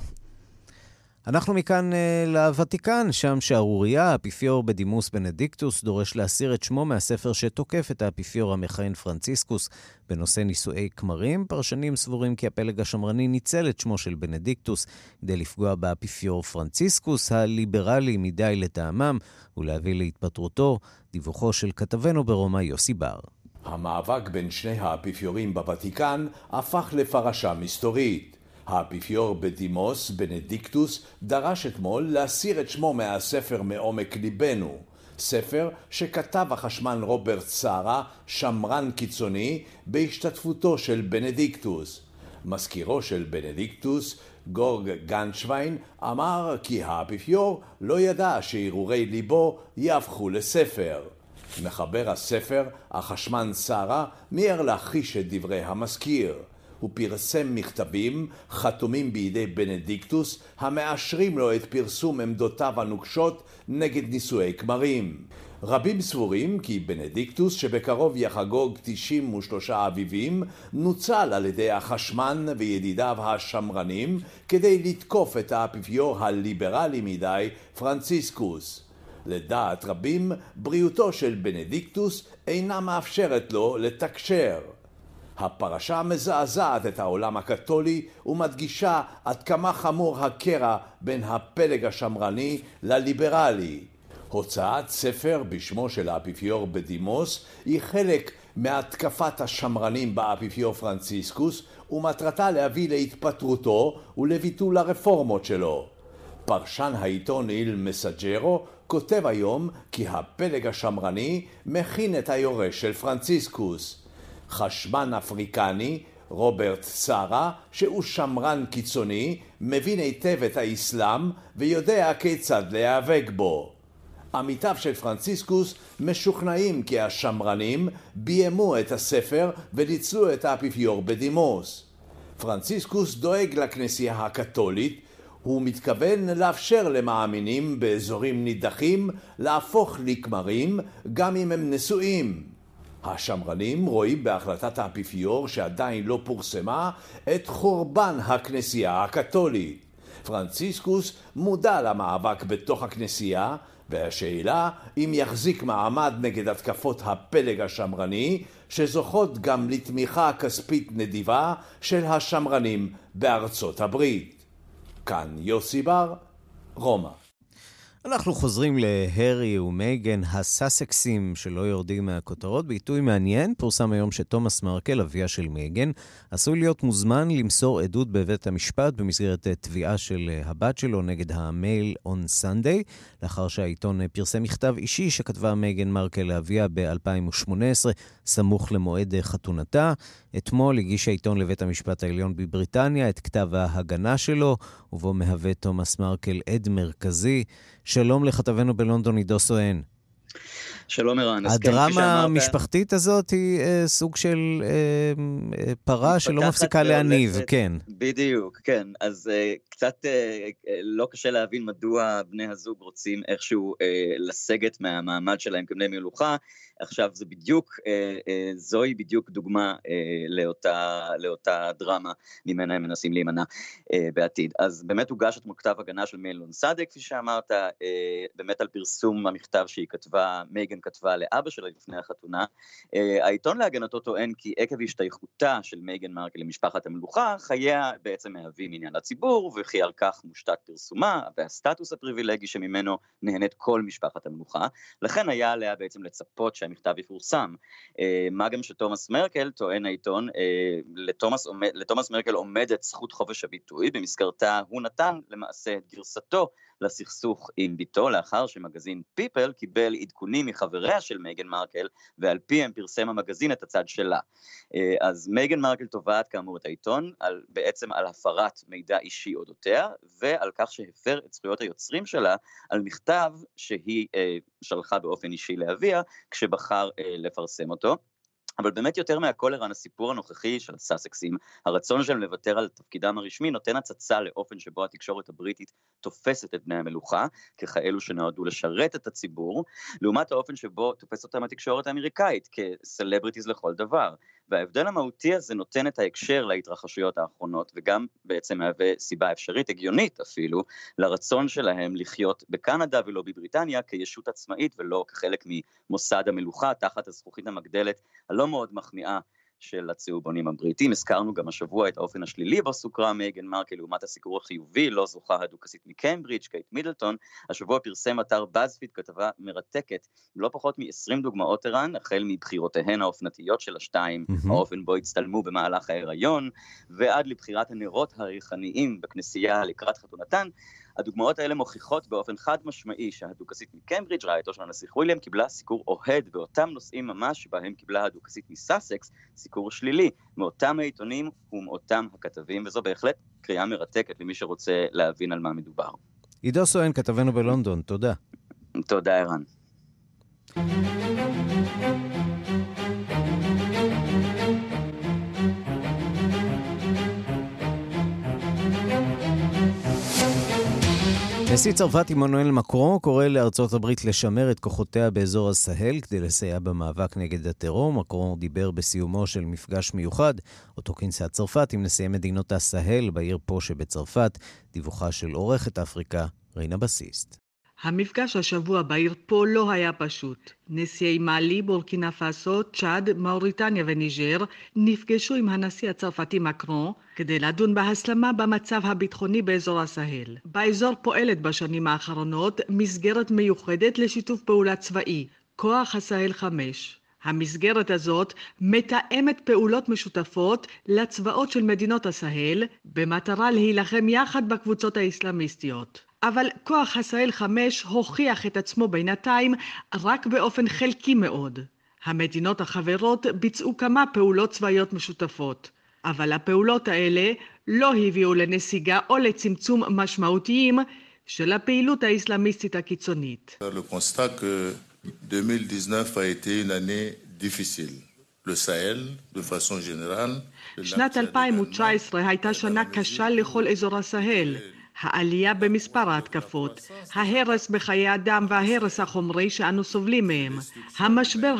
אנחנו מכאן לוותיקן, שם שערוריה, האפיפיור בדימוס בנדיקטוס, דורש להסיר את שמו מהספר שתוקף את האפיפיור המכהן פרנציסקוס בנושא נישואי כמרים. פרשנים סבורים כי הפלג השמרני ניצל את שמו של בנדיקטוס כדי לפגוע באפיפיור פרנציסקוס, הליברלי מדי לטעמם, ולהביא להתפטרותו. דיווחו של כתבנו ברומא יוסי בר. המאבק בין שני האפיפיורים בוותיקן הפך לפרשה מסתורית. האפיפיור בדימוס, בנדיקטוס, דרש אתמול להסיר את שמו מהספר מעומק ליבנו, ספר שכתב החשמן רוברט סארה, שמרן קיצוני, בהשתתפותו של בנדיקטוס. מזכירו של בנדיקטוס, גורג גנשווין, אמר כי האפיפיור לא ידע שהרהורי ליבו יהפכו לספר. מחבר הספר, החשמן סארה, מיהר להחיש את דברי המזכיר. הוא פרסם מכתבים חתומים בידי בנדיקטוס המאשרים לו את פרסום עמדותיו הנוקשות נגד נישואי כמרים. רבים סבורים כי בנדיקטוס שבקרוב יחגוג 93 אביבים נוצל על ידי החשמן וידידיו השמרנים כדי לתקוף את האפיפיור הליברלי מדי פרנציסקוס. לדעת רבים, בריאותו של בנדיקטוס אינה מאפשרת לו לתקשר. הפרשה מזעזעת את העולם הקתולי ומדגישה עד כמה חמור הקרע בין הפלג השמרני לליברלי. הוצאת ספר בשמו של האפיפיור בדימוס היא חלק מהתקפת השמרנים באפיפיור פרנציסקוס ומטרתה להביא להתפטרותו ולביטול הרפורמות שלו. פרשן העיתון איל מסג'רו כותב היום כי הפלג השמרני מכין את היורש של פרנציסקוס. חשמן אפריקני, רוברט סארה, שהוא שמרן קיצוני, מבין היטב את האסלאם ויודע כיצד להיאבק בו. עמיתיו של פרנציסקוס משוכנעים כי השמרנים ביימו את הספר וניצלו את האפיפיור בדימוס. פרנציסקוס דואג לכנסייה הקתולית, הוא מתכוון לאפשר למאמינים באזורים נידחים להפוך לכמרים גם אם הם נשואים. השמרנים רואים בהחלטת האפיפיור שעדיין לא פורסמה את חורבן הכנסייה הקתולית. פרנציסקוס מודע למאבק בתוך הכנסייה, והשאלה אם יחזיק מעמד נגד התקפות הפלג השמרני, שזוכות גם לתמיכה כספית נדיבה של השמרנים בארצות הברית. כאן יוסי בר, רומא. אנחנו חוזרים להרי ומייגן, הסאסקסים שלא יורדים מהכותרות. בעיתוי מעניין, פורסם היום שתומאס מרקל, אביה של מייגן, עשוי להיות מוזמן למסור עדות בבית המשפט במסגרת תביעה של הבת שלו נגד המייל און סנדיי, לאחר שהעיתון פרסם מכתב אישי שכתבה מייגן מרקל לאביה ב-2018, סמוך למועד חתונתה. אתמול הגיש העיתון לבית המשפט העליון בבריטניה את כתב ההגנה שלו, ובו מהווה תומאס מרקל עד מרכזי. שלום לכתבנו בלונדון, עידו סואן. שלום ערן. הדרמה המשפחתית הזאת היא סוג של פרה שלא מפסיקה להניב, כן. בדיוק, כן. אז קצת לא קשה להבין מדוע בני הזוג רוצים איכשהו לסגת מהמעמד שלהם כבני מלוכה. עכשיו, זה בדיוק, זוהי בדיוק דוגמה לאותה דרמה ממנה הם מנסים להימנע בעתיד. אז באמת הוגש את מכתב הגנה של מיילון סאדק, כפי שאמרת, באמת על פרסום המכתב שהיא כתבה, מייגן כתבה לאבא שלה לפני החתונה. העיתון להגנתו טוען כי עקב השתייכותה של מייגן מרקל למשפחת המלוכה, חייה בעצם מהווים עניין לציבור, וכי על כך מושתת פרסומה, והסטטוס הפריבילגי שממנו נהנית כל משפחת המלוכה, לכן היה עליה בעצם לצפות שהמכתב יפורסם. מה גם שתומאס מרקל, טוען העיתון, לתומאס מרקל עומדת זכות חופש הביטוי, במסגרתה הוא נתן למעשה את גרסתו לסכסוך עם ביתו, לאחר שמגזין פיפל קיבל עדכונים מחבריה של מייגן מרקל, ועל פיהם פרסם המגזין את הצד שלה. אז מייגן מרקל תובעת כאמור את העיתון, בעצם על הפרת מידע אישי אודותיה, ועל כך שהפר את זכויות היוצרים שלה, על מכתב שהיא שלחה באופן אישי לאביה, כשבחר לפרסם אותו. אבל באמת יותר מהכל ערן, הסיפור הנוכחי של הסאסקסים, הרצון שלהם לוותר על תפקידם הרשמי, נותן הצצה לאופן שבו התקשורת הבריטית תופסת את בני המלוכה, ככאלו שנועדו לשרת את הציבור, לעומת האופן שבו תופסת אותם התקשורת האמריקאית, כסלבריטיז לכל דבר. וההבדל המהותי הזה נותן את ההקשר להתרחשויות האחרונות, וגם בעצם מהווה סיבה אפשרית, הגיונית אפילו, לרצון שלהם לחיות בקנדה ולא בבריטניה, כישות עצמאית ולא כחלק ממוסד המלוכה, תחת הזכוכית המגדלת הלא מאוד מחמיאה של הצהובונים הבריטים. הזכרנו גם השבוע את האופן השלילי בו סוקרה מייגן מרקל, לעומת הסיקור החיובי, לא זוכה הדוכסית מקיימברידג' קייט מידלטון. השבוע פרסם אתר BuzzFeed כתבה מרתקת, לא פחות מ-20 דוגמאות ערן, החל מבחירותיהן האופנתיות של השתיים, האופן בו הצטלמו במהלך ההיריון, ועד לבחירת הנרות הריחניים בכנסייה לקראת חתונתן. הדוגמאות האלה מוכיחות באופן חד משמעי שהדוכסית מקיימברידג', רעייתו של הנסיך וויליאם, קיבלה סיקור אוהד באותם נושאים ממש שבהם קיבלה הדוכסית מסאסקס סיקור שלילי, מאותם העיתונים ומאותם הכתבים, וזו בהחלט קריאה מרתקת למי שרוצה להבין על מה מדובר. עידו סואן, כתבנו בלונדון, תודה. תודה ערן. נשיא צרפת עמנואל מקרון קורא לארצות הברית לשמר את כוחותיה באזור הסהל כדי לסייע במאבק נגד הטרור. מקרון דיבר בסיומו של מפגש מיוחד, אותו כינסה צרפת עם נשיאי מדינות הסהל בעיר פה שבצרפת. דיווחה של עורכת אפריקה, רינה בסיסט. המפגש השבוע בעיר פה לא היה פשוט. נשיאי מאלי, בורקינה פאסו, צ'אד, מאוריטניה וניג'ר נפגשו עם הנשיא הצרפתי מקרון כדי לדון בהסלמה במצב הביטחוני באזור הסהל. באזור פועלת בשנים האחרונות מסגרת מיוחדת לשיתוף פעולה צבאי, כוח הסהל 5. המסגרת הזאת מתאמת פעולות משותפות לצבאות של מדינות הסהל במטרה להילחם יחד בקבוצות האסלאמיסטיות. אבל כוח הסהל 5 הוכיח את עצמו בינתיים רק באופן חלקי מאוד. המדינות החברות ביצעו כמה פעולות צבאיות משותפות, אבל הפעולות האלה לא הביאו לנסיגה או לצמצום משמעותיים של הפעילות האסלאמיסטית הקיצונית. Le constat que 2019 a été une année difficile. Le Sahel, de façon générale. שנת 2019 הייתה שנה קשה לכל אזור הסהל. העלייה במספר ההתקפות, ההרס בחיי אדם וההרס החומרי שאנו סובלים מהם, המשבר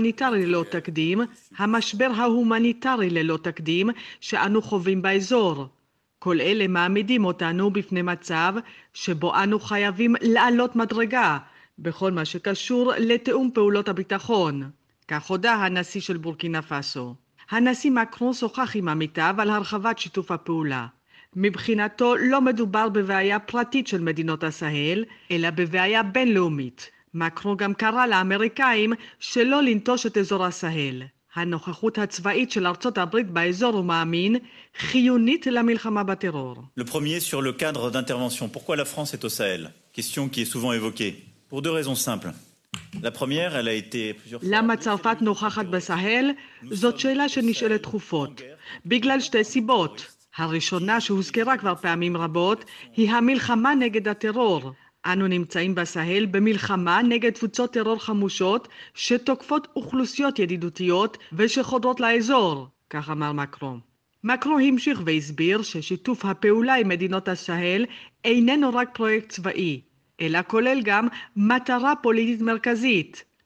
ההומניטרי ללא תקדים שאנו חווים באזור. כל אלה מעמידים אותנו בפני מצב שבו אנו חייבים לעלות מדרגה בכל מה שקשור לתאום פעולות הביטחון. כך הודה הנשיא של בורקינה פאסו. הנשיא מקרון שוחח עם עמיתיו על הרחבת שיתוף הפעולה. מבחינתו לא מדובר בבעיה פרטית של מדינות הסהל, אלא בבעיה בינלאומית. מקרון גם קרא לאמריקאים שלא לנטוש את אזור הסהל. הנוכחות הצבאית של ארצות הברית באזור הוא מאמין חיונית למלחמה בטרור. Le premier sur le cadre d'intervention. Pourquoi la France est au Sahel? Question qui est souvent évoquée. Pour deux raisons simples. La première, elle a été plusieurs fois... למה צרפת נוכחת בסהל? זאת שאלה שנשאלת תכופות. בגלל שתי סיבות. הראשונה שהוזכרה כבר פעמים רבות היא המלחמה נגד הטרור. אנו נמצאים בסהל במלחמה נגד קבוצות טרור חמושות שתוקפות אוכלוסיות ידידותיות ושחודרות לאזור, כך אמר מקרון. מקרון המשיך והסביר ששיתוף הפעולה עם מדינות הסהל איננו רק פרויקט צבאי, אלא כולל גם מטרה פוליטית מרכזית,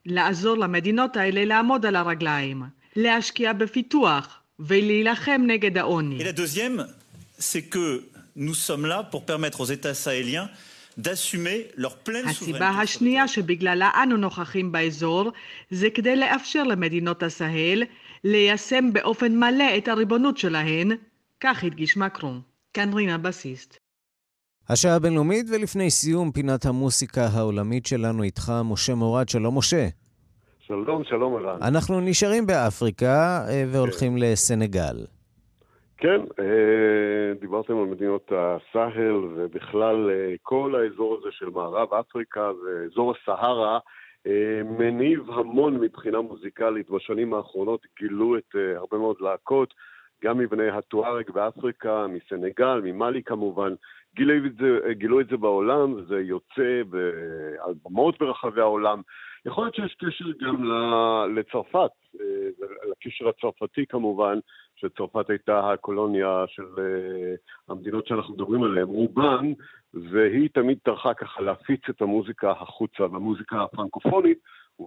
לעזור למדינות האלה לעמוד על הרגליים, להשקיע בפיתוח ולהילחם נגד העוני. Et la deuxième, c'est que nous sommes là pour permettre aux États sahéliens d'assumer leur pleine הסיבה souveraineté. השנייה שבגללה אנו נוכחים באזור זה כדי לאפשר למדינות הסהל ליישם באופן מלא את הריבונות שלהן, כך הדגיש מקרון. כאן רינה בסיסט. השעה הבינלאומית, ולפני סיום פינת המוסיקה העולמית שלנו איתך משה מורד. שלום משה. שלום, שלום ערן. אנחנו נשארים באפריקה והולכים לסנגל. כן, דיברתם על מדינות הסהל ובכלל כל האזור הזה של מערב אפריקה ואזור הסהרה מניב המון מבחינה מוזיקלית. בשנים האחרונות גילו את הרבה מאוד להקות, גם מבני הטוארג באפריקה, מסנגל, ממאלי כמובן, גילו את זה בעולם, וזה יוצא על במות ברחבי העולם. יכול להיות שיש קשר גם לצרפת, לקשר הצרפתי כמובן, שצרפת הייתה הקולוניה של המדינות שאנחנו מדברים עליהן, רובן, והיא תמיד טרחה ככה להפיץ את המוזיקה החוצה, והמוזיקה הפרנקופונית,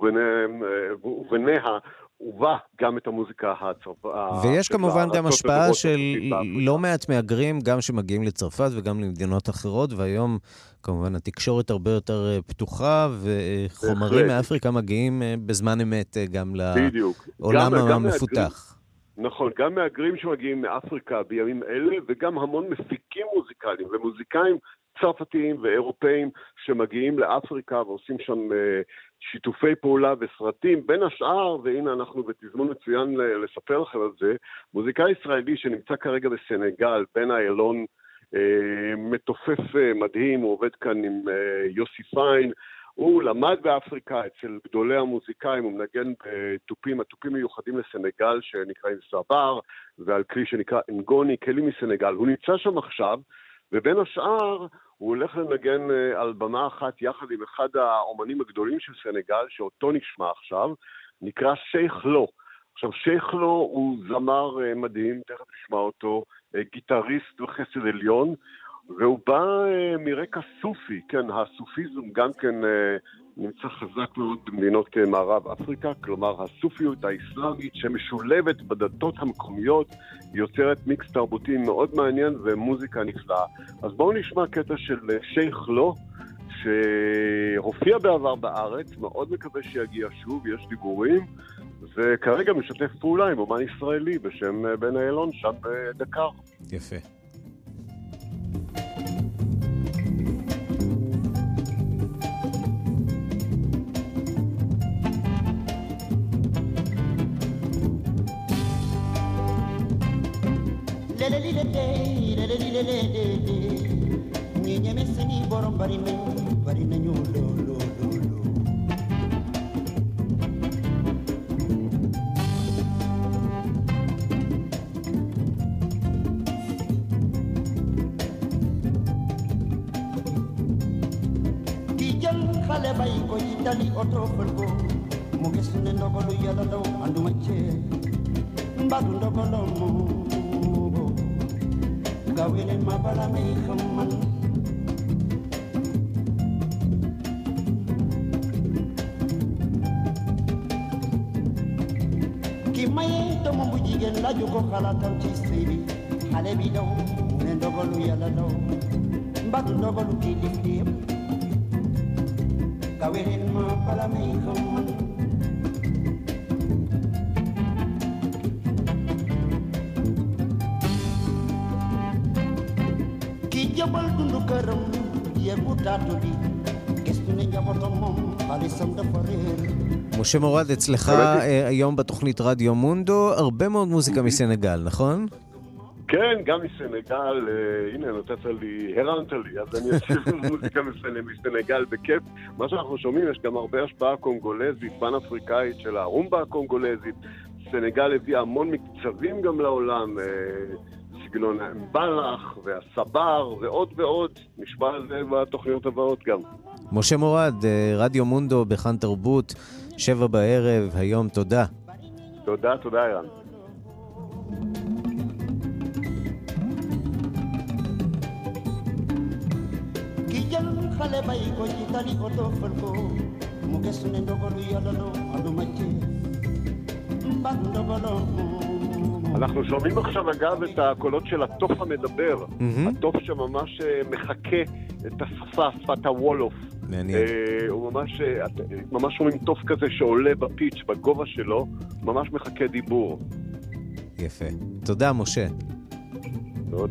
ובניה הובא גם את המוזיקה הצרפתית. ויש כמובן גם השפעה של לא מעט מהגרים, גם שמגיעים לצרפת וגם למדינות אחרות, והיום כמובן התקשורת הרבה יותר פתוחה, וחומרים מאפריקה מגיעים בזמן אמת גם לעולם המפותח. נכון, גם מהגרים שמגיעים מאפריקה בימים אלה, וגם המון מפיקים מוזיקליים ומוזיקאים צרפתיים ואירופאים שמגיעים לאפריקה ועושים שם שיתופי פעולה וסרטים. בין השאר, והנה אנחנו בתזמון מצוין לספר לכם על זה, מוזיקאי ישראלי שנמצא כרגע בסנגל, בן איילון, מתופף מדהים, הוא עובד כאן עם יוסי פיין, הוא למד באפריקה אצל גדולי המוזיקאים, הוא מנגן בתופים, התופים מיוחדים לסנגל שנקראים סבר, ועל כלי שנקרא אנגוני, כלי מסנגל. הוא נמצא שם עכשיו, ובין השאר הוא הולך לנגן על במה אחת יחד עם אחד האומנים הגדולים של סנגל, שאותו נשמע עכשיו, נקרא שייך לו. עכשיו, שייך לו הוא זמר מדהים, תכף נשמע אותו, גיטריסט וחסד עליון, והוא בא מרקע סופי, כן, הסופיזם גם כן נמצא חזק מאוד במדינות מערב אפריקה, כלומר הסופיות האסלאמית שמשולבת בדתות המקומיות, יוצרת מיקס תרבותי מאוד מעניין ומוזיקה נפלאה. אז בואו נשמע קטע של שייך לו, שהופיע בעבר בארץ, מאוד מקווה שיגיע שוב, יש דיבורים, וכרגע משתף פעולה עם אומן ישראלי בשם בן איילון שם בדקר. יפה. משה מורד, אצלך היום בתוכנית רדיו מונדו, הרבה מאוד מוזיקה מסנגל, נכון? כן, גם מסנגל, הנה נותנת לי, הרמת לי, אז אני אשיב מוזיקה מסנגל בכיף. מה שאנחנו שומעים, יש גם הרבה השפעה קונגולזית, פן-אפריקאית של הרומבה הקונגולזית. סנגל הביא המון מקצבים גם לעולם, סגנון האמבלח והסבר ועוד ועוד, נשמע על זה בתוכניות הבאות גם. משה מורד, רדיו מונדו בכאן תרבות, 7 בערב, היום תודה. תודה, תודה אירן. אנחנו שומעים עכשיו אגב את הקולות של התוף המדבר, התוף שממש מחכה את השפה, שפת הוולוף. מעניין. הוא ממש שומעים תוף כזה שעולה בפיץ', בגובה שלו, ממש מחכה דיבור. יפה. תודה, משה. תודה.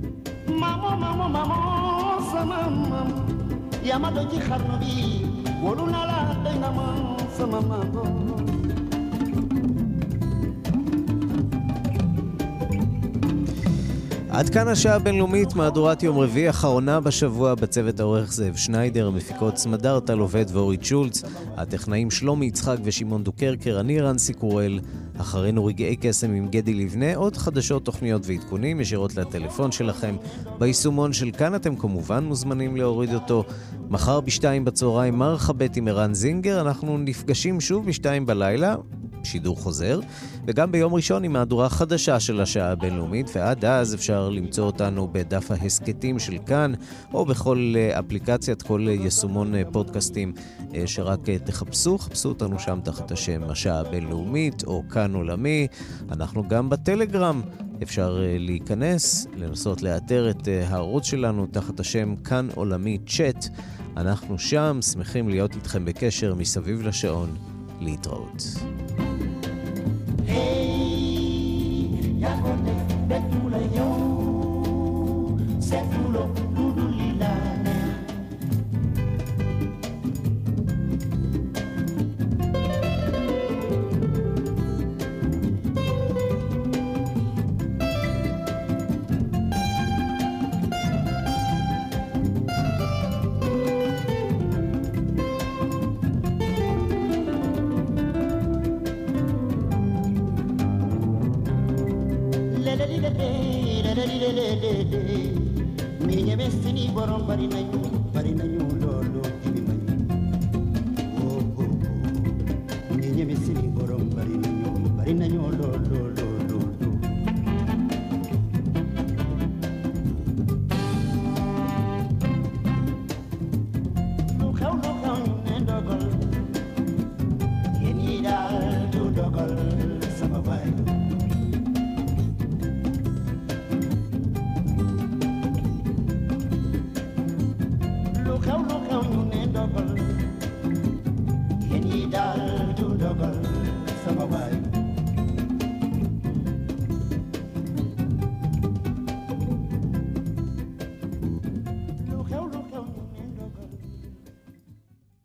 עד כאן השעה הבינלאומית, מהדורת יום רביעי אחרונה בשבוע. בצוות העורך זאב שניידר, המפיקות סמדר טל עובד ואורית שולץ, הטכנאים שלומי יצחק ושמעון דוקרקר, אני רנסי קורל. אחרינו רגעי קסם עם גדי לבנה, עוד חדשות, תוכניות ועדכונים ישירות לטלפון שלכם. ביישומון של כאן אתם כמובן מוזמנים להוריד אותו. מחר בשתיים בצהריים מרחבת עם ערן זינגר, אנחנו נפגשים שוב בשתיים בלילה, שידור חוזר, וגם ביום ראשון עם מהדורה חדשה של השעה הבינלאומית, ועד אז אפשר למצוא אותנו בדף ההסקטים של כאן, או בכל אפליקציית, כל יישומון פודקאסטים שרק חפשו אותנו שם תחת השם השעה הבינלאומית, או כאן עולמי. אנחנו גם בטלגרם, אפשר להיכנס, לנסות לאתר את הערוץ שלנו תחת השם כאן עולמי צ'אט. אנחנו שם, שמחים להיות איתכם בקשר מסביב לשעון. להתראות. Minha mestini borom barinayu lolo kibimani. Oh oh oh. Minha mestini borom barinayu lolo.